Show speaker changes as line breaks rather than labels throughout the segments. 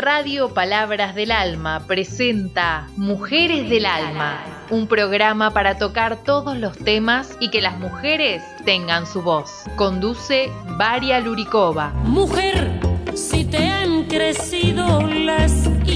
Radio Palabras del Alma presenta Mujeres del Alma, un programa para tocar todos los temas y que las mujeres tengan su voz. Conduce Varia Lurikova.
Mujer, si te han crecido las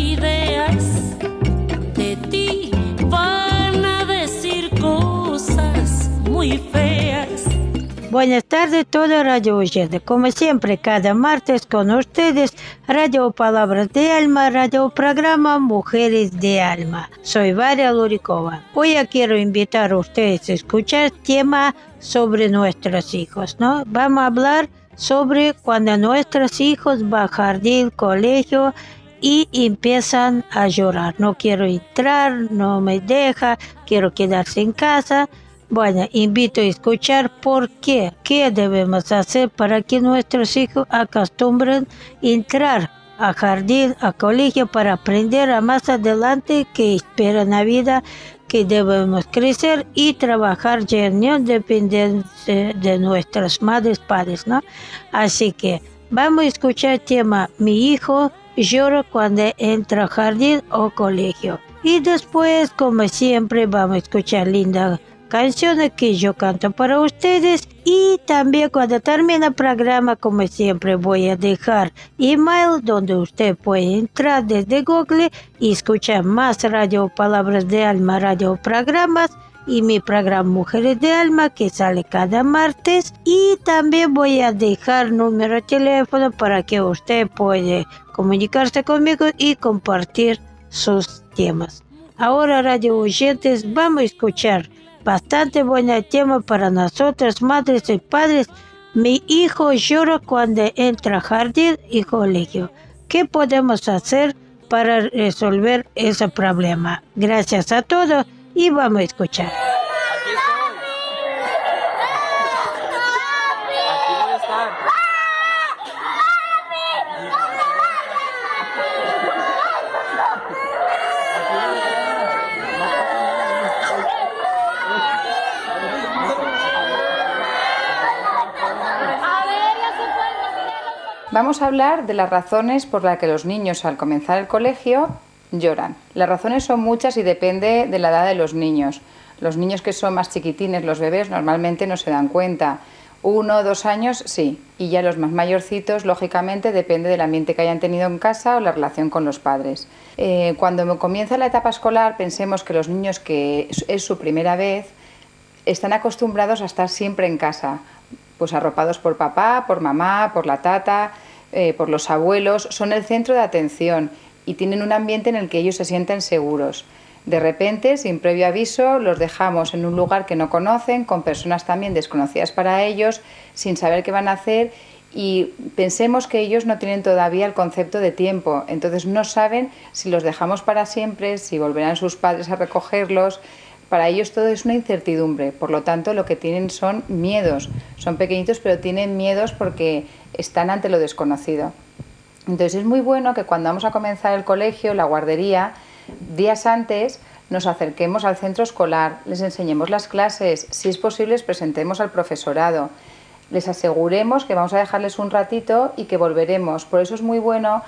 ideas, de ti van a decir cosas muy feas.
Buenas tardes, todo radio oyente. Como siempre, cada martes con ustedes, Radio Palabras de Alma, radio programa Mujeres de Alma. Soy Varia Lurikova. Hoy quiero invitar a ustedes a escuchar tema sobre nuestros hijos, ¿no? Vamos a hablar sobre cuando nuestros hijos van al jardín, colegio y empiezan a llorar. No quiero entrar, no me deja, quiero quedarse en casa. Bueno, invito a escuchar por qué debemos hacer para que nuestros hijos acostumbren a entrar al jardín, al colegio, para aprender a más adelante que espera la vida, que debemos crecer y trabajar ya no depender de nuestras madres, padres, ¿no? Así que vamos a escuchar el tema Mi hijo llora cuando entra al jardín o colegio. Y después, como siempre, vamos a escuchar linda canciones que yo canto para ustedes, y también cuando termine el programa, como siempre, voy a dejar email donde usted puede entrar desde Google y escuchar más Radio Palabras de Alma, radio programas y mi programa Mujeres de Alma que sale cada martes, y también voy a dejar número de teléfono para que usted pueda comunicarse conmigo y compartir sus temas. Ahora, radio oyentes, vamos a escuchar bastante buen tema para nosotras, madres y padres. Mi hijo llora cuando entra al jardín y colegio. ¿Qué podemos hacer para resolver ese problema? Gracias a todos y vamos a escuchar.
Vamos a hablar de las razones por las que los niños al comenzar el colegio lloran. Las razones son muchas y depende de la edad de los niños. Los niños que son más chiquitines, los bebés, normalmente no se dan cuenta. 1 o 2 años sí, y ya los más mayorcitos, lógicamente, depende del ambiente que hayan tenido en casa o la relación con los padres. Cuando comienza la etapa escolar, pensemos que los niños que es su primera vez están acostumbrados a estar siempre en casa, pues arropados por papá, por mamá, por la tata, por los abuelos, son el centro de atención y tienen un ambiente en el que ellos se sienten seguros. De repente, sin previo aviso, los dejamos en un lugar que no conocen, con personas también desconocidas para ellos, sin saber qué van a hacer, y pensemos que ellos no tienen todavía el concepto de tiempo, entonces no saben si los dejamos para siempre, si volverán sus padres a recogerlos. Para ellos todo es una incertidumbre, por lo tanto lo que tienen son miedos. Son pequeñitos pero tienen miedos porque están ante lo desconocido. Entonces es muy bueno que cuando vamos a comenzar el colegio, la guardería, días antes nos acerquemos al centro escolar, les enseñemos las clases, si es posible les presentemos al profesorado, les aseguremos que vamos a dejarles un ratito y que volveremos. Por eso es muy bueno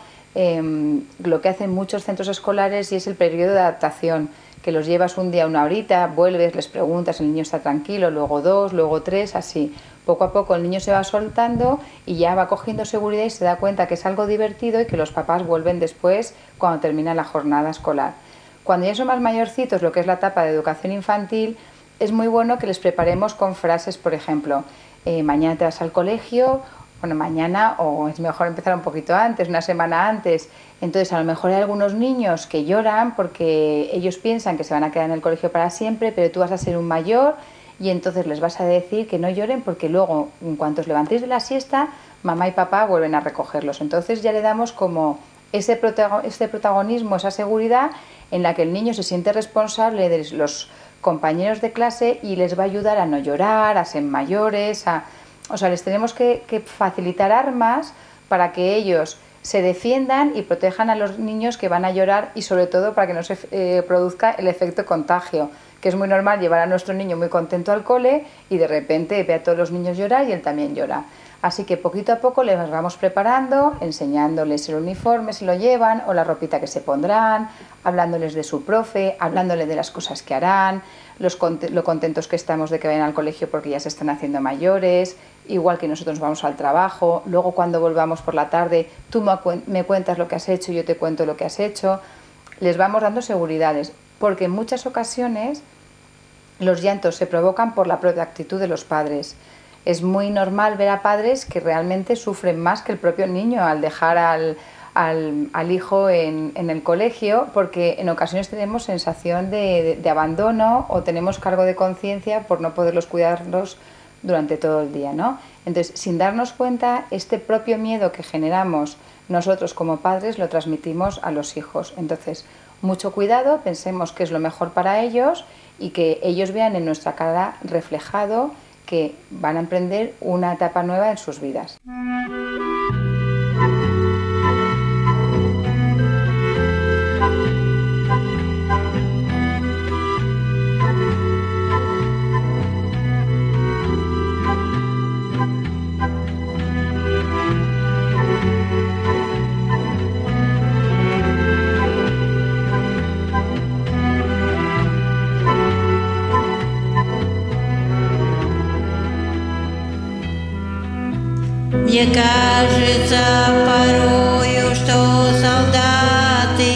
lo que hacen muchos centros escolares, y es el periodo de adaptación, que los llevas un día, una horita, vuelves, les preguntas, el niño está tranquilo, luego 2, luego 3, así. Poco a poco el niño se va soltando y ya va cogiendo seguridad y se da cuenta que es algo divertido y que los papás vuelven después cuando termina la jornada escolar. Cuando ya son más mayorcitos, lo que es la etapa de educación infantil, es muy bueno que les preparemos con frases, por ejemplo, mañana te vas al colegio. Bueno, mañana, o es mejor empezar un poquito antes, una semana antes. Entonces, a lo mejor hay algunos niños que lloran porque ellos piensan que se van a quedar en el colegio para siempre, pero tú vas a ser un mayor y entonces les vas a decir que no lloren porque luego, en cuanto os levantéis de la siesta, mamá y papá vuelven a recogerlos. Entonces ya le damos como ese protagonismo, esa seguridad en la que el niño se siente responsable de los compañeros de clase y les va a ayudar a no llorar, a ser mayores, O sea, les tenemos que facilitar armas para que ellos se defiendan y protejan a los niños que van a llorar, y sobre todo para que no se produzca el efecto contagio, que es muy normal llevar a nuestro niño muy contento al cole y de repente ve a todos los niños llorar y él también llora. Así que poquito a poco les vamos preparando, enseñándoles el uniforme si lo llevan o la ropita que se pondrán, hablándoles de su profe, hablándoles de las cosas que harán, lo contentos que estamos de que vayan al colegio porque ya se están haciendo mayores, igual que nosotros vamos al trabajo. Luego cuando volvamos por la tarde tú me cuentas lo que has hecho y yo te cuento lo que has hecho. Les vamos dando seguridades, porque en muchas ocasiones los llantos se provocan por la propia actitud de los padres. Es muy normal ver a padres que realmente sufren más que el propio niño al dejar al hijo en el colegio, porque en ocasiones tenemos sensación de abandono o tenemos cargo de conciencia por no poderlos cuidarlos durante todo el día, ¿no? Entonces, sin darnos cuenta, este propio miedo que generamos nosotros como padres lo transmitimos a los hijos. Entonces, mucho cuidado, pensemos que es lo mejor para ellos y que ellos vean en nuestra cara reflejado que van a emprender una etapa nueva en sus vidas.
Мне кажется порою, что солдаты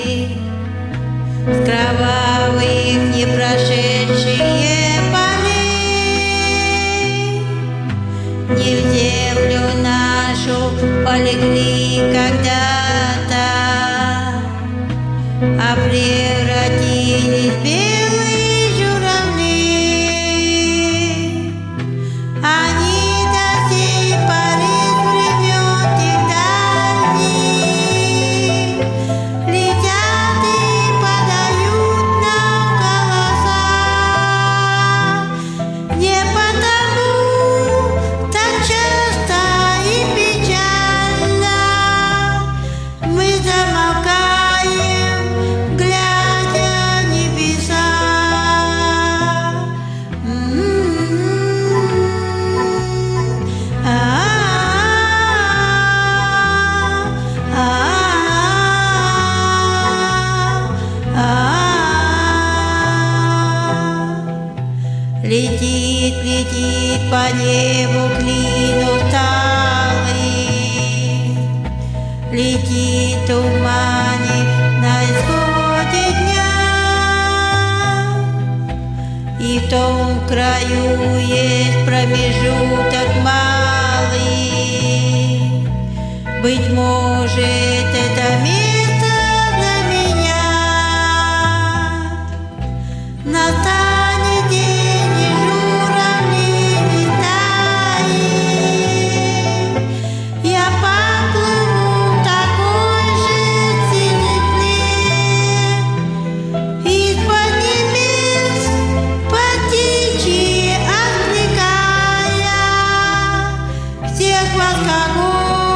с кровавых не прошедшие полей не в землю нашу полегли когда-то, а превратились в белые журавли. Они летит по небу клин усталый, летит в тумане на исходе дня, и в том краю есть промежуток малый, быть может, это место для меня. Настанет день, и журавли не стаи, я поплыву в такой же синий плен, из-под небес по птичьи отвлекая всех вас, кого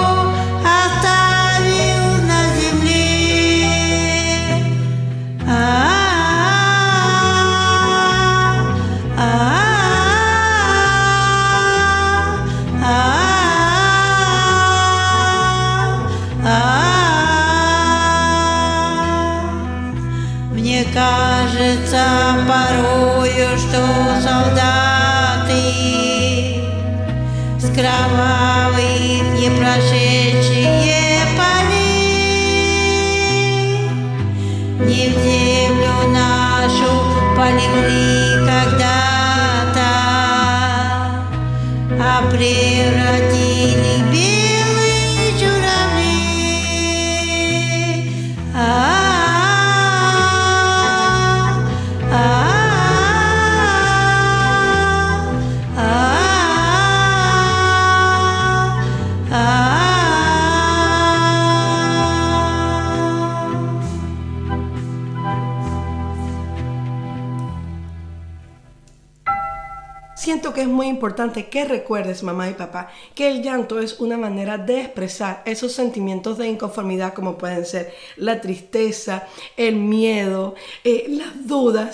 оставил на земле. Мне кажется порою, что солдаты с кровавых не прошедшие полей не в землю нашу полегли когда-то, а превратили в белые журавли.
Siento que es muy importante que recuerdes, mamá y papá, que el llanto es una manera de expresar esos sentimientos de inconformidad como pueden ser la tristeza, el miedo, las dudas.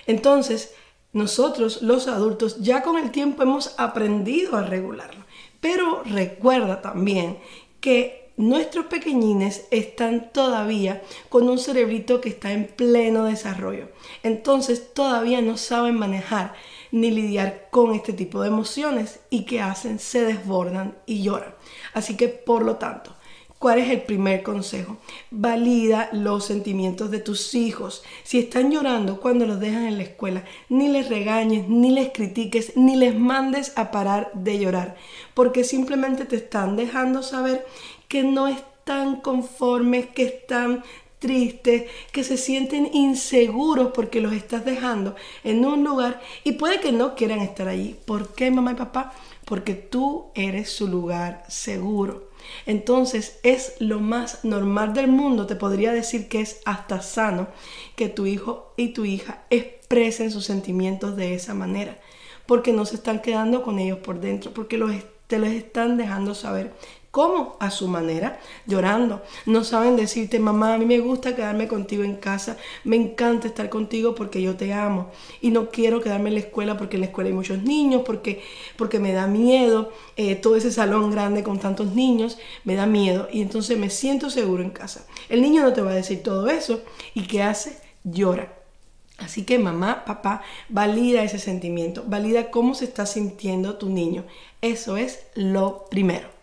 Entonces, nosotros los adultos ya con el tiempo hemos aprendido a regularlo. Pero recuerda también que nuestros pequeñines están todavía con un cerebrito que está en pleno desarrollo. Entonces todavía no saben manejar ni lidiar con este tipo de emociones y ¿qué hacen? Se desbordan y lloran. Así que por lo tanto, ¿cuál es el primer consejo? Valida los sentimientos de tus hijos. Si están llorando cuando los dejan en la escuela, ni les regañes, ni les critiques, ni les mandes a parar de llorar, porque simplemente te están dejando saber que no están conformes, que están tristes, que se sienten inseguros porque los estás dejando en un lugar y puede que no quieran estar allí. ¿Por qué, mamá y papá? Porque tú eres su lugar seguro. Entonces es lo más normal del mundo, te podría decir que es hasta sano que tu hijo y tu hija expresen sus sentimientos de esa manera, porque no se están quedando con ellos por dentro, porque te los están dejando saber. ¿Cómo? A su manera, llorando. No saben decirte, mamá, a mí me gusta quedarme contigo en casa, me encanta estar contigo porque yo te amo y no quiero quedarme en la escuela porque en la escuela hay muchos niños, porque me da miedo, todo ese salón grande con tantos niños, me da miedo y entonces me siento seguro en casa. El niño no te va a decir todo eso y ¿qué hace? Llora. Así que mamá, papá, valida ese sentimiento, valida cómo se está sintiendo tu niño. Eso es lo primero.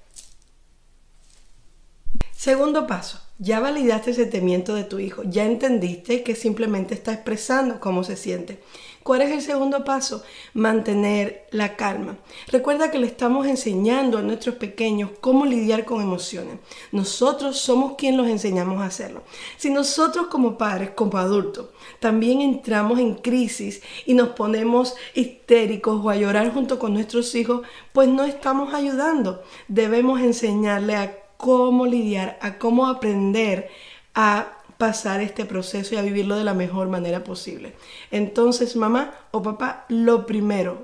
Segundo paso, ya validaste el sentimiento de tu hijo, ya entendiste que simplemente está expresando cómo se siente. ¿Cuál es el segundo paso? Mantener la calma. Recuerda que le estamos enseñando a nuestros pequeños cómo lidiar con emociones. Nosotros somos quienes los enseñamos a hacerlo. Si nosotros como padres, como adultos, también entramos en crisis y nos ponemos histéricos o a llorar junto con nuestros hijos, pues no estamos ayudando. Debemos enseñarle a cómo lidiar, a cómo aprender a pasar este proceso y a vivirlo de la mejor manera posible. Entonces, mamá o papá, lo primero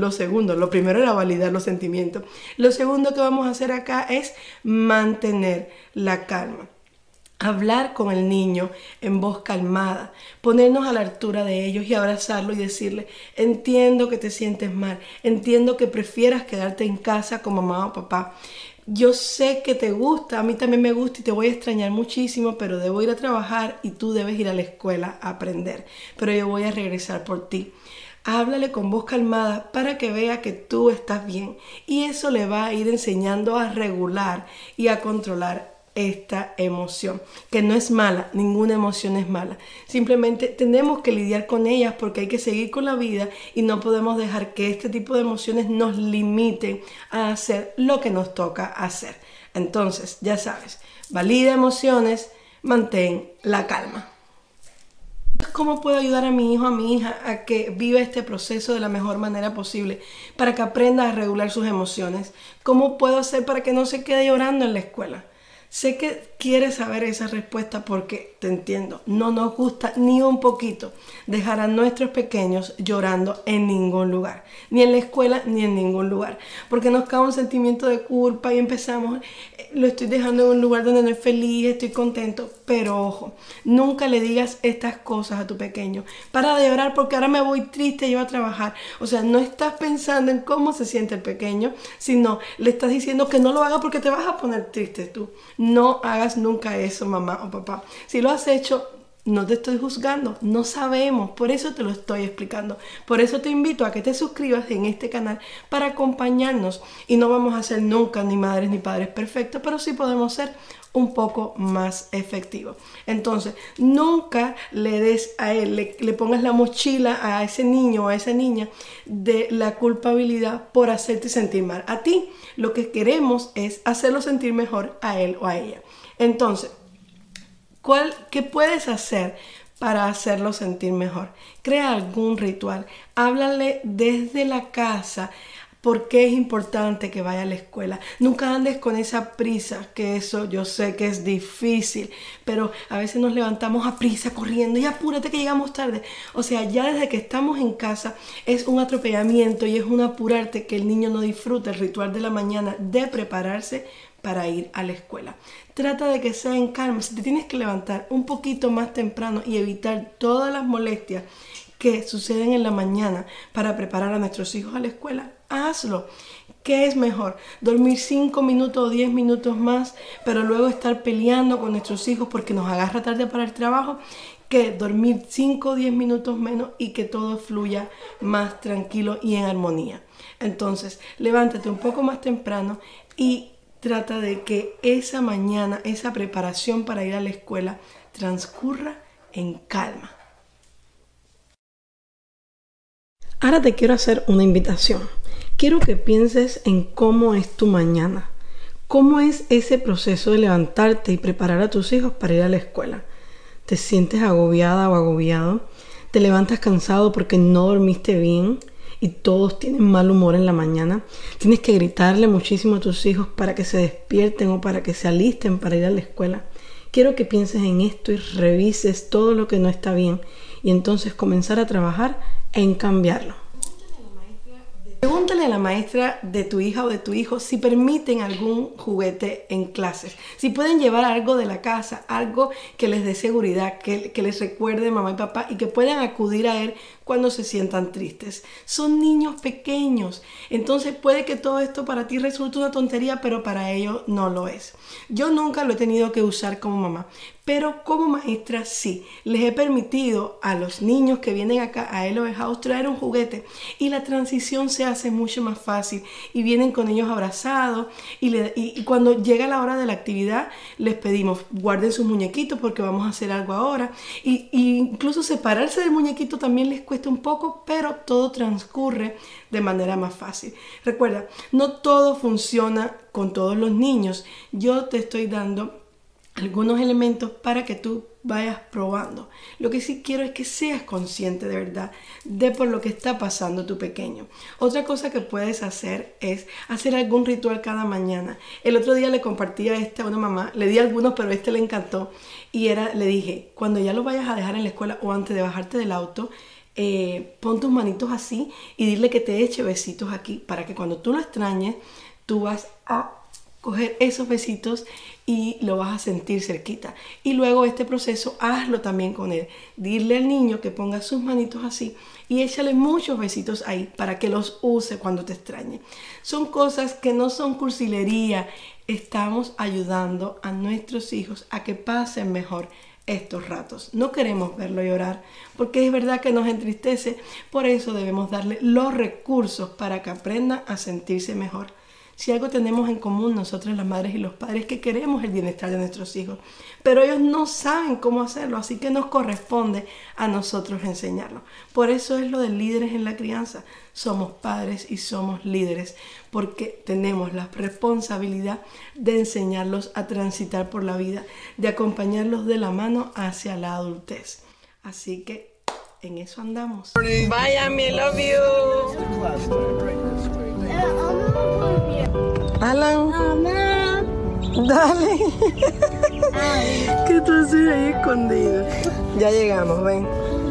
era validar los sentimientos. Lo segundo que vamos a hacer acá es mantener la calma. Hablar con el niño en voz calmada, ponernos a la altura de ellos y abrazarlo y decirle, entiendo que te sientes mal, entiendo que prefieras quedarte en casa con mamá o papá. Yo sé que te gusta, a mí también me gusta y te voy a extrañar muchísimo, pero debo ir a trabajar y tú debes ir a la escuela a aprender. Pero yo voy a regresar por ti. Háblale con voz calmada para que vea que tú estás bien. Y eso le va a ir enseñando a regular y a controlar esta emoción, que no es mala, ninguna emoción es mala. Simplemente tenemos que lidiar con ellas porque hay que seguir con la vida y no podemos dejar que este tipo de emociones nos limiten a hacer lo que nos toca hacer. Entonces, ya sabes, valida emociones, mantén la calma. ¿Cómo puedo ayudar a mi hijo, a mi hija a que viva este proceso de la mejor manera posible para que aprenda a regular sus emociones? ¿Cómo puedo hacer para que no se quede llorando en la escuela? Sé que quieres saber esa respuesta porque te entiendo. No nos gusta ni un poquito dejar a nuestros pequeños llorando en ningún lugar. Ni en la escuela ni en ningún lugar. Porque nos cae un sentimiento de culpa y empezamos, lo estoy dejando en un lugar donde no es feliz, estoy contento. Pero ojo, nunca le digas estas cosas a tu pequeño. Para de llorar porque ahora me voy triste yo a trabajar. O sea, no estás pensando en cómo se siente el pequeño, sino le estás diciendo que no lo haga porque te vas a poner triste tú. No hagas nunca eso, mamá o papá. Si lo has hecho, no te estoy juzgando, no sabemos, por eso te lo estoy explicando. Por eso te invito a que te suscribas en este canal para acompañarnos. Y no vamos a ser nunca ni madres ni padres perfectos, pero sí podemos ser un poco más efectivos. Entonces, nunca le des a él, le pongas la mochila a ese niño o a esa niña de la culpabilidad por hacerte sentir mal. A ti lo que queremos es hacerlo sentir mejor a él o a ella. Entonces, ¿qué puedes hacer para hacerlo sentir mejor? Crea algún ritual. Háblale desde la casa. ¿Por qué es importante que vaya a la escuela? Nunca andes con esa prisa, que eso yo sé que es difícil, pero a veces nos levantamos a prisa corriendo y apúrate que llegamos tarde. O sea, ya desde que estamos en casa es un atropellamiento y es un apurarte que el niño no disfruta el ritual de la mañana de prepararse para ir a la escuela. Trata de que sea en calma. Si te tienes que levantar un poquito más temprano y evitar todas las molestias que suceden en la mañana para preparar a nuestros hijos a la escuela, hazlo. ¿Qué es mejor? ¿Dormir 5 minutos o 10 minutos más, pero luego estar peleando con nuestros hijos porque nos agarra tarde para el trabajo? Que dormir 5 o 10 minutos menos y que todo fluya más tranquilo y en armonía. Entonces, levántate un poco más temprano y trata de que esa mañana, esa preparación para ir a la escuela, transcurra en calma. Ahora te quiero hacer una invitación. Quiero que pienses en cómo es tu mañana. ¿Cómo es ese proceso de levantarte y preparar a tus hijos para ir a la escuela? ¿Te sientes agobiada o agobiado? ¿Te levantas cansado porque no dormiste bien y todos tienen mal humor en la mañana? ¿Tienes que gritarle muchísimo a tus hijos para que se despierten o para que se alisten para ir a la escuela? Quiero que pienses en esto y revises todo lo que no está bien y entonces comenzar a trabajar en cambiarlo. Pregúntale a la maestra de tu hija o de tu hijo si permiten algún juguete en clases, si pueden llevar algo de la casa, algo que les dé seguridad, que les recuerde mamá y papá y que puedan acudir a él cuando se sientan tristes. Son niños pequeños, entonces puede que todo esto para ti resulte una tontería, pero para ellos no lo es. Yo nunca lo he tenido que usar como mamá, pero como maestra sí. Les he permitido a los niños que vienen acá a Elohe House traer un juguete y la transición se hace mucho más fácil y vienen con ellos abrazados y cuando llega la hora de la actividad les pedimos guarden sus muñequitos porque vamos a hacer algo ahora y incluso separarse del muñequito también les cuesta un poco, pero todo transcurre de manera más fácil. Recuerda, no todo funciona con todos los niños. Yo te estoy dando algunos elementos para que tú vayas probando. Lo que sí quiero es que seas consciente de verdad de por lo que está pasando tu pequeño. Otra cosa que puedes hacer es hacer algún ritual cada mañana. El otro día le compartí a una mamá, le di algunos, pero le encantó. Y le dije, cuando ya lo vayas a dejar en la escuela o antes de bajarte del auto, pon tus manitos así y dile que te eche besitos aquí para que cuando tú lo extrañes, tú vas a coger esos besitos y lo vas a sentir cerquita. Y luego este proceso hazlo también con él. Dile al niño que ponga sus manitos así y échale muchos besitos ahí para que los use cuando te extrañe. Son cosas que no son cursilería. Estamos ayudando a nuestros hijos a que pasen mejor estos ratos. No queremos verlo llorar porque es verdad que nos entristece. Por eso debemos darle los recursos para que aprendan a sentirse mejor. Si algo tenemos en común nosotros las madres y los padres es que queremos el bienestar de nuestros hijos, pero ellos no saben cómo hacerlo, así que nos corresponde a nosotros enseñarlo. Por eso es lo de líderes en la crianza. Somos padres y somos líderes porque tenemos la responsabilidad de enseñarlos a transitar por la vida, de acompañarlos de la mano hacia la adultez. Así que en eso andamos. Bye, Amy, love you. Alan, dale. ¿Qué tú haces ahí escondido? Ya llegamos, ven.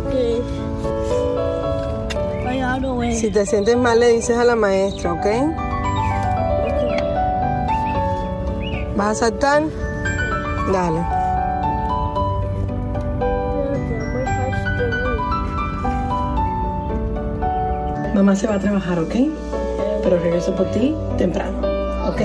Si te sientes mal le dices a la maestra, ¿ok? ¿Vas a saltar? Dale. Mamá se va a trabajar, ¿ok? Pero regreso por ti temprano. ¿Ok?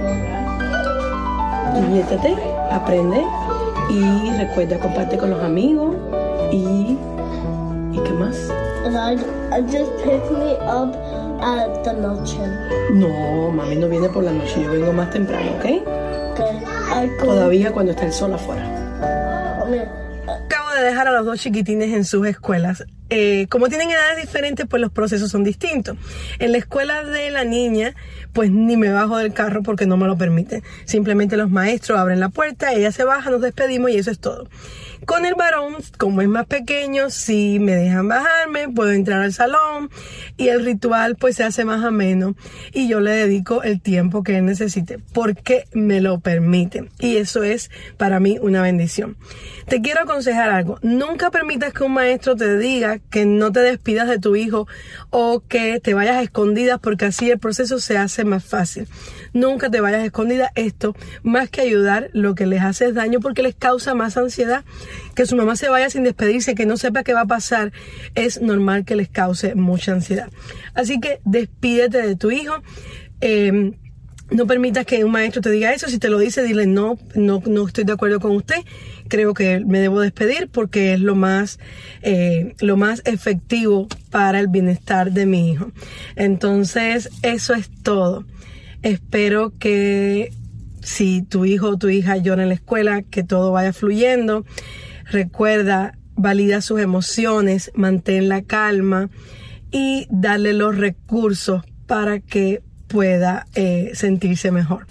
Diviértete, aprende y recuerda, comparte con los amigos y ¿qué más?
Just pick me up at the noche.
No, mami no viene por la noche, yo vengo más temprano, ¿ok? Todavía cuando está el sol afuera. Acabo de dejar a los dos chiquitines en sus escuelas. Como tienen edades diferentes, pues los procesos son distintos. En la escuela de la niña, pues ni me bajo del carro porque no me lo permiten. Simplemente los maestros abren la puerta, ella se baja, nos despedimos y eso es todo. Con el varón, como es más pequeño, sí me dejan bajarme, puedo entrar al salón y el ritual pues se hace más ameno y yo le dedico el tiempo que él necesite porque me lo permiten y eso es para mí una bendición. Te quiero aconsejar algo, nunca permitas que un maestro te diga nunca que no te despidas de tu hijo o que te vayas a escondidas, porque así el proceso se hace más fácil. Nunca te vayas a escondidas. Esto, más que ayudar, lo que les hace es daño, porque les causa más ansiedad. Que su mamá se vaya sin despedirse, que no sepa qué va a pasar, es normal que les cause mucha ansiedad. Así que despídete de tu hijo. No permitas que un maestro te diga eso. Si te lo dice, dile no estoy de acuerdo con usted. Creo que me debo despedir porque es lo más efectivo para el bienestar de mi hijo. Entonces, eso es todo. Espero que si tu hijo o tu hija llora en la escuela, que todo vaya fluyendo. Recuerda, valida sus emociones, mantén la calma y darle los recursos para que pueda sentirse mejor.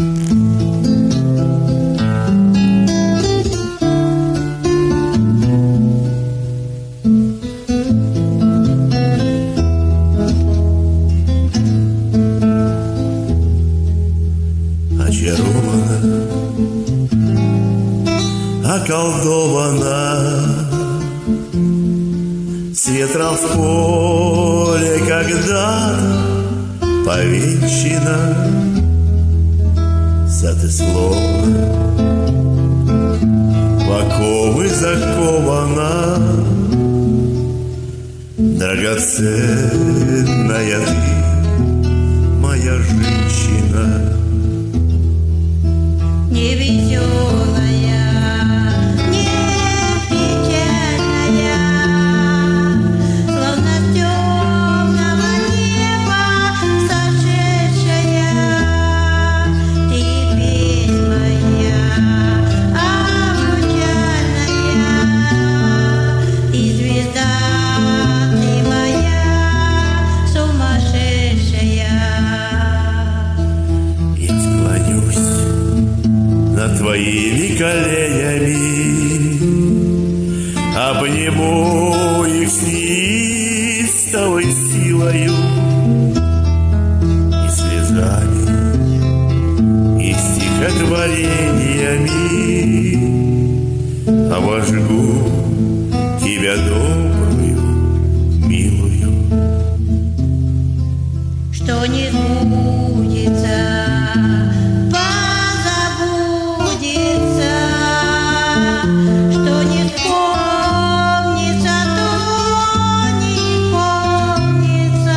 Очарована, околдована, с ветром в поле когда-то повенчана, сады словно в оковы закована, драгоценная ты, моя женщина.
Не веселая, не печальная, словно с темного неба сошедшая, ты песнь моя обручальная, и звезда ты моя сумасшедшая.
И склонюсь над твоими коленями, обниму их с неистовой силою и слезами, и стихотворениями обожгу тебя добрую, милую.
Что не сбудется, что не вспомнится, то не помнится.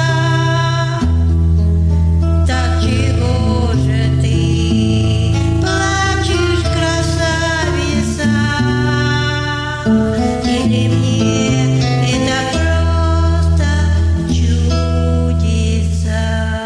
Так чего же ты плачешь, красавица? Или мне это просто чудится?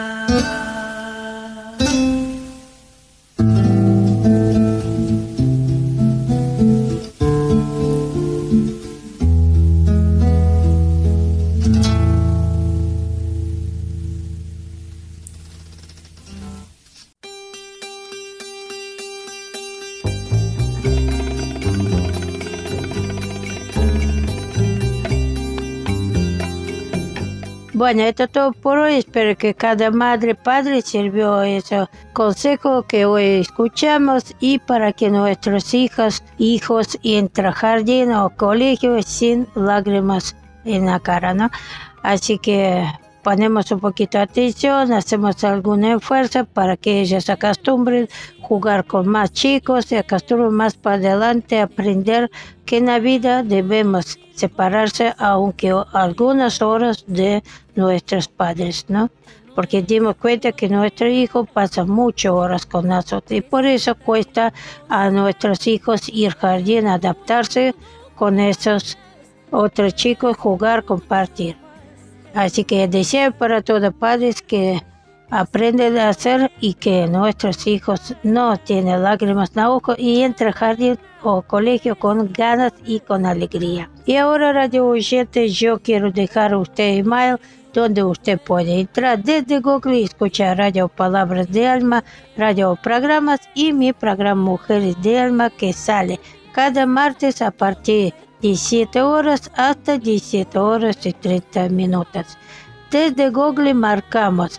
Bueno, esto es todo por hoy. Espero que cada madre, padre sirvió ese consejo que hoy escuchamos y para que nuestros hijos entren al jardín o colegio sin lágrimas en la cara, ¿no? Así que ponemos un poquito de atención, hacemos algún esfuerzo para que ellos se acostumbren a jugar con más chicos y acostumbren más para adelante a aprender que en la vida debemos separarse aunque algunas horas de nuestros padres, ¿no? Porque dimos cuenta que nuestro hijo pasa muchas horas con nosotros y por eso cuesta a nuestros hijos ir al jardín, adaptarse con esos otros chicos, jugar, compartir. Así que deseo para todos padres que aprendan a hacer y que nuestros hijos no tienen lágrimas en los ojos y entren al jardín o colegio con ganas y con alegría. Y ahora, radio oyentes, yo quiero dejar a usted email donde usted puede entrar desde Google y escuchar Radio Palabras de Alma, radio programas y mi programa Mujeres de Alma que sale cada martes a partir de 17 horas hasta 17 horas y 30 minutos. Desde Google marcamos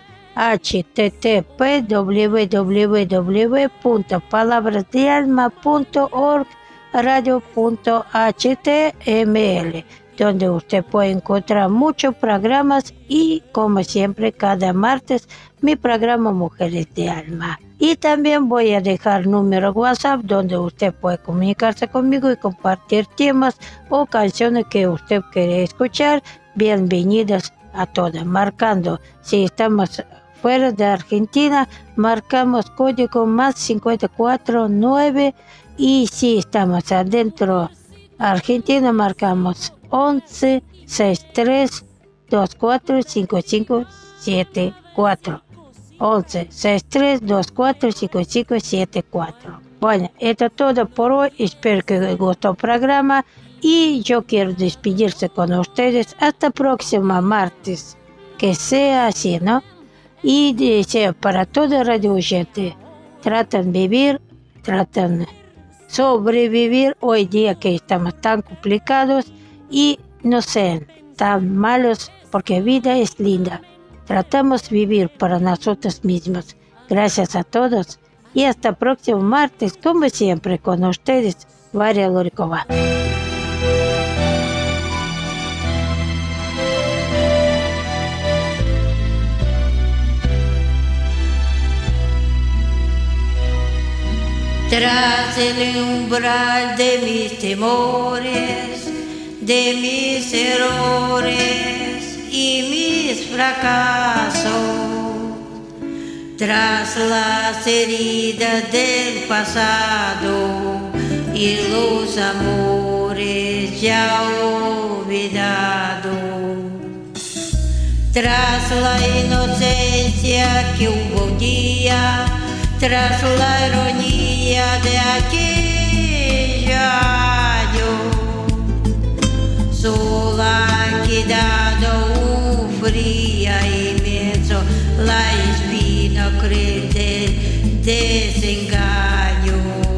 http://www.palabrasdealma.org radio.html, donde usted puede encontrar muchos programas y, como siempre, cada martes, mi programa Mujeres de Alma. Y también voy a dejar número WhatsApp donde usted puede comunicarse conmigo y compartir temas o canciones que usted quiere escuchar. Bienvenidas a todas. Marcando, si estamos fuera de Argentina, marcamos código más 549, y si estamos adentro Argentina, marcamos 11 63 24 55 74. 11 63 24 55 74. Bueno, esto es todo por hoy. Espero que les gustó el programa y yo quiero despedirse con ustedes hasta próximo martes. Que sea así, ¿no? Y deseo para todo radio oyente, tratan de vivir, tratan sobrevivir hoy día que estamos tan complicados y no sean tan malos porque vida es linda. Tratamos de vivir para nosotros mismos. Gracias a todos y hasta próximo martes, como siempre, con ustedes, Varia Lurikova.
Tras el umbral de mis temores, de mis errores y mis fracasos, tras las heridas del pasado y los amores ya olvidados, tras la inocencia que hubo un día, tras la ironía de aquel año, solo ha quedado un frío inmenso, la espina cruel del desengaño.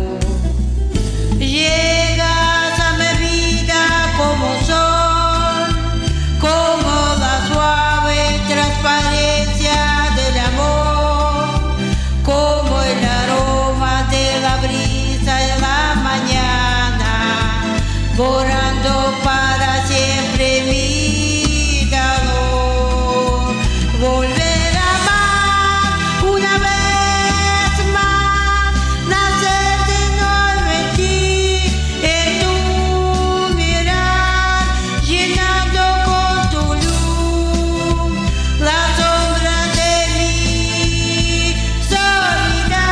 Llegas a mi vida como sol, como la suave transparencia del amor, como el aroma de la brisa en la mañana, borrando para siempre mi dolor. Volver a amar una vez más, nacer de nuevo en ti, en tu mirar, llenando con tu luz la sombra de mi soledad.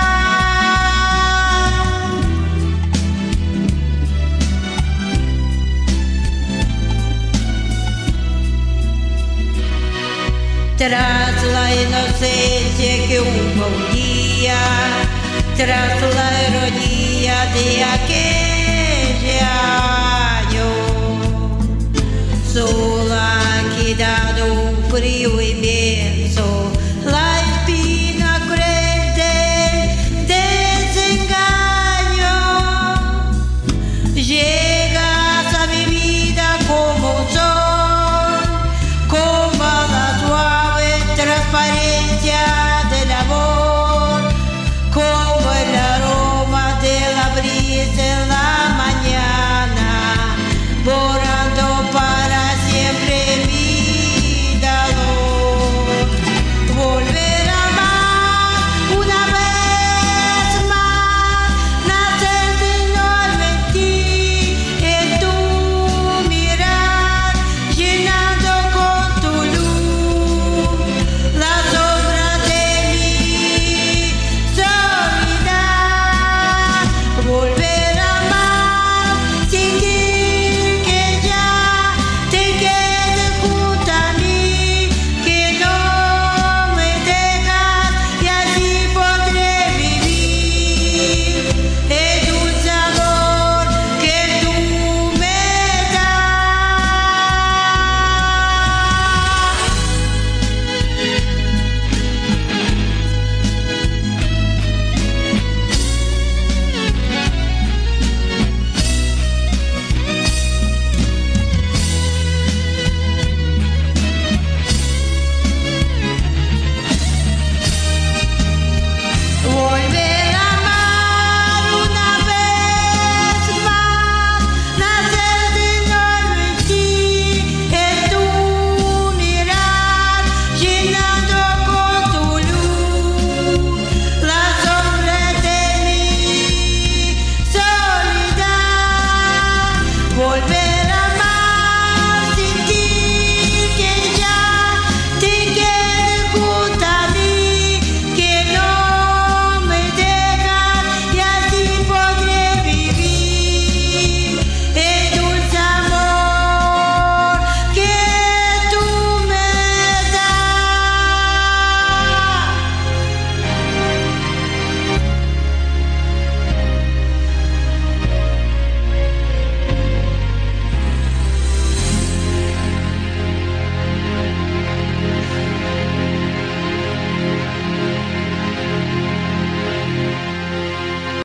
Tras la inocencia que hubo un día, tras la ironía de aquel año, solo ha quedado un frío inmenso.